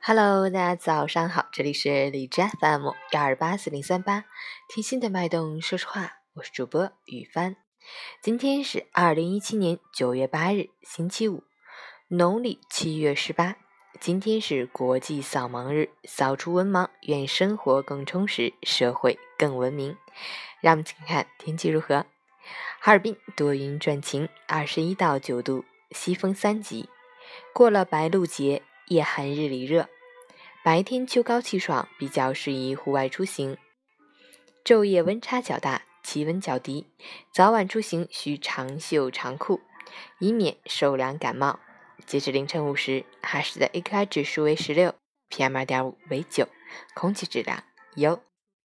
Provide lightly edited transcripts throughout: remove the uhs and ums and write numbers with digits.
Hello， 大家早上好，这里是荔枝 FM1284038，听心的脉动，说实话，我是主播雨帆。今天是2017年9月8日，星期五，农历7月18。今天是国际扫盲日，扫除文盲，愿生活更充实，社会更文明。让我们请看天气如何。哈尔滨多云转晴，21到9度，西风3级。过了白露节，夜寒日里热，白天秋高气爽，比较适宜户外出行。昼夜温差较大，气温较低，早晚出行需长袖长裤，以免受凉感冒。截至凌晨5时，哈市的 AQI 指数为16， PM2.5 为9，空气质量优。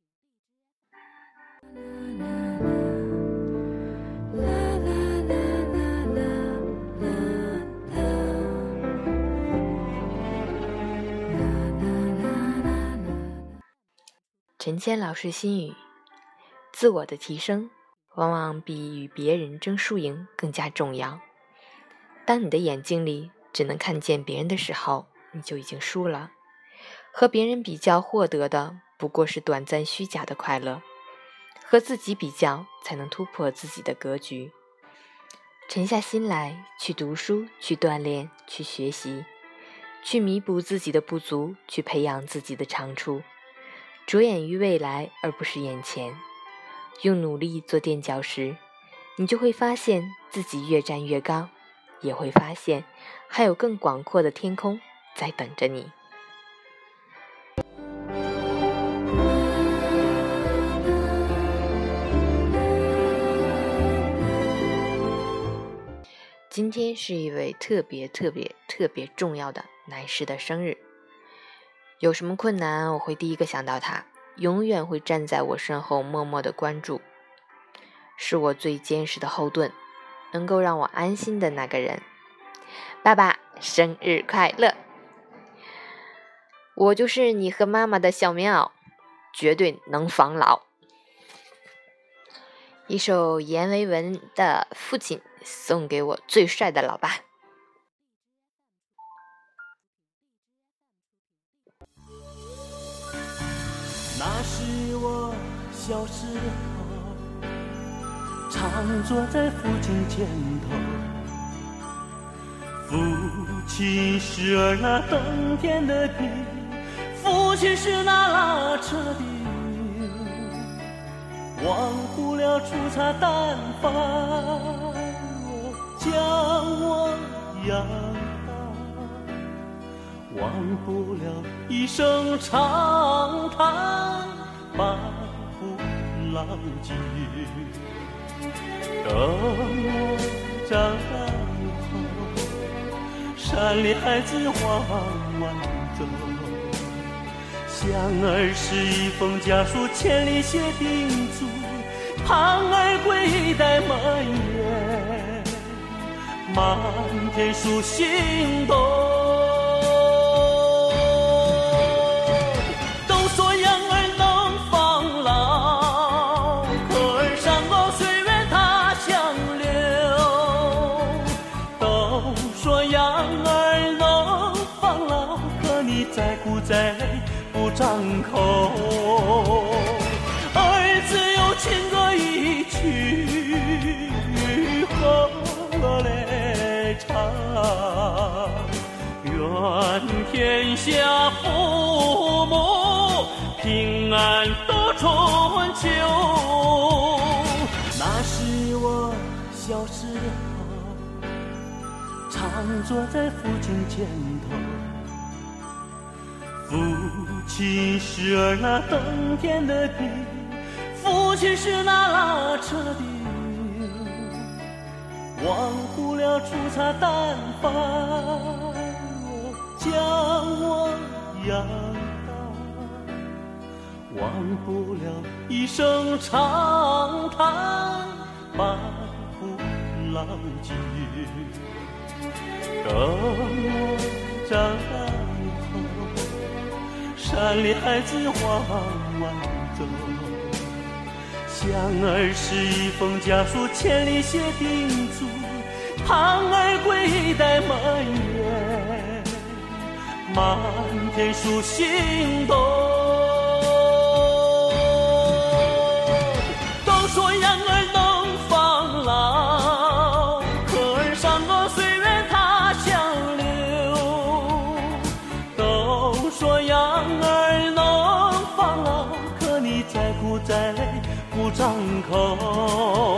陈谦老师心语：自我的提升往往比与别人争输赢更加重要。当你的眼睛里只能看见别人的时候，你就已经输了。和别人比较获得的不过是短暂虚假的快乐，和自己比较才能突破自己的格局。沉下心来，去读书，去锻炼，去学习，去弥补自己的不足，去培养自己的长处。着眼于未来，而不是眼前。用努力做垫脚石，你就会发现自己越站越高，也会发现还有更广阔的天空在等着你。今天是一位特别重要的男士的生日。有什么困难，我会第一个想到他，永远会站在我身后默默的关注，是我最坚实的后盾，能够让我安心的那个人。爸爸，生日快乐！我就是你和妈妈的小棉袄，绝对能防老。一首阎维文的《父亲》送给我最帅的老爸。 那是我小时候，常坐在父亲肩头。父亲是儿那登天的地，父亲是那拉车的牛，忘不了出茶淡饭，将我养忘不了一声长叹，半壶老酒。等我长大以后，山里孩子缓缓走，想儿是一封家书，千里写叮嘱，盼儿归待满园，满天数星斗。张口，儿子有情歌一曲和来唱，愿天下父母平安度春秋。那是我小时候，常坐在父亲肩头。父亲是儿那登天的地，父亲是那拉车的牛，忘不了出茶淡饭，将我养大，忘不了一声长叹，半壶老酒。等我长大以后，山里孩子缓缓走，想儿是一封家书，千里写叮嘱，盼儿归待满园， 满天数星斗。都说养儿能防老，可儿上个岁月它相留。都说养儿能防老，可你再苦再累不张口。